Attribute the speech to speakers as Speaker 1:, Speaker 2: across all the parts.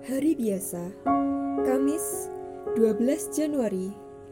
Speaker 1: Hari biasa, Kamis 12 Januari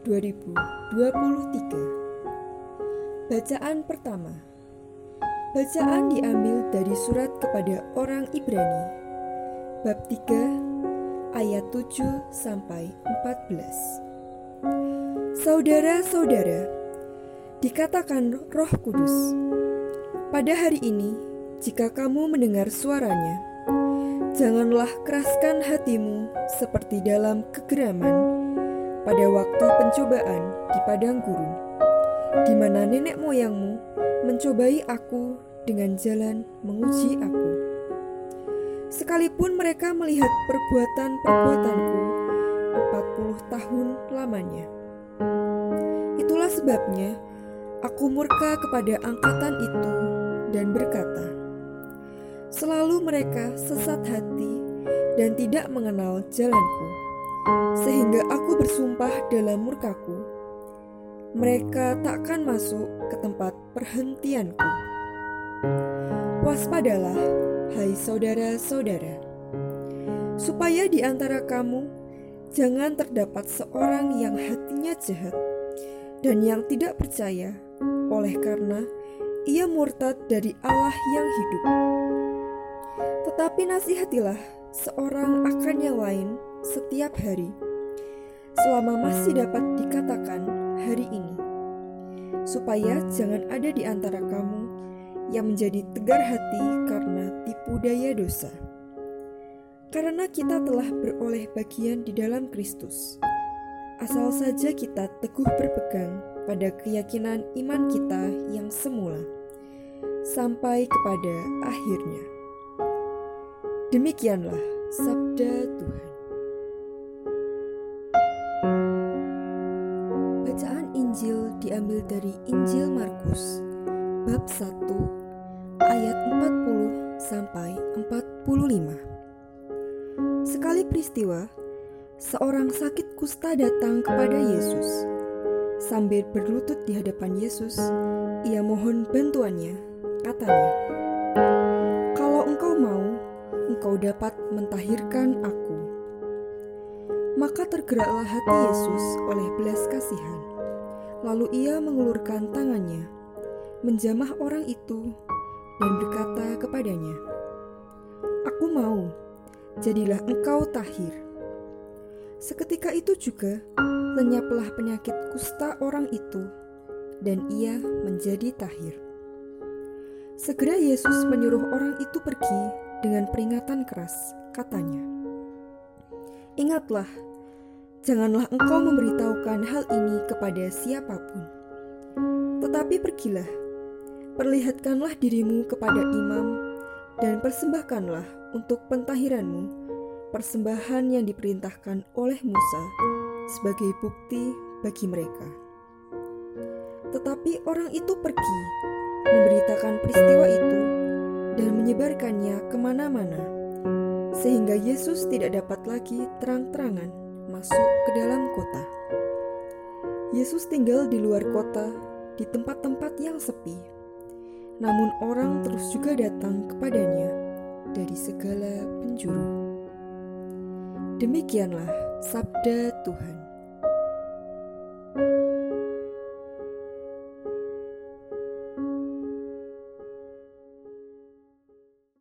Speaker 1: 2023. Bacaan pertama. Bacaan diambil dari surat kepada orang Ibrani, bab 3, ayat 7 sampai 14. Saudara-saudara, dikatakan Roh Kudus, pada hari ini, jika kamu mendengar suaranya, janganlah keraskan hatimu seperti dalam kegeraman pada waktu pencobaan di padang gurun, di mana nenek moyangmu mencobai aku dengan jalan menguji aku. Sekalipun mereka melihat perbuatan-perbuatanku 40 tahun lamanya. Itulah sebabnya aku murka kepada angkatan itu dan berkata, selalu mereka sesat hati dan tidak mengenal jalanku, sehingga aku bersumpah dalam murkaku, mereka takkan masuk ke tempat perhentianku. Waspadalah, hai saudara-saudara, supaya di antara kamu jangan terdapat seorang yang hatinya jahat dan yang tidak percaya, oleh karena ia murtad dari Allah yang hidup. Tetapi nasihatilah seorang akan yang lain setiap hari, selama masih dapat dikatakan hari ini, supaya jangan ada di antara kamu yang menjadi tegar hati karena tipu daya dosa. Karena kita telah beroleh bagian di dalam Kristus, asal saja kita teguh berpegang pada keyakinan iman kita yang semula, sampai kepada akhirnya. Demikianlah sabda Tuhan. Bacaan Injil diambil dari Injil Markus, bab 1, ayat 40 sampai 45. Sekali peristiwa, seorang sakit kusta datang kepada Yesus. Sambil berlutut di hadapan Yesus, ia mohon bantuannya. Katanya, "Kalau engkau mau, engkau dapat mentahirkan aku." Maka tergeraklah hati Yesus oleh belas kasihan. Lalu ia mengulurkan tangannya, menjamah orang itu, dan berkata kepadanya, "Aku mau, jadilah engkau tahir." Seketika itu juga lenyaplah penyakit kusta orang itu, dan ia menjadi tahir. Segera Yesus menyuruh orang itu pergi dengan peringatan keras, katanya, "Ingatlah, janganlah engkau memberitahukan hal ini kepada siapapun. Tetapi pergilah, perlihatkanlah dirimu kepada imam, dan persembahkanlah untuk pentahiranmu persembahan yang diperintahkan oleh Musa sebagai bukti bagi mereka." Tetapi orang itu pergi, memberitakan peristiwa itu, dan menyebarkannya kemana-mana, sehingga Yesus tidak dapat lagi terang-terangan masuk ke dalam kota. Yesus tinggal di luar kota, di tempat-tempat yang sepi. Namun orang terus juga datang kepadanya dari segala penjuru. Demikianlah sabda Tuhan.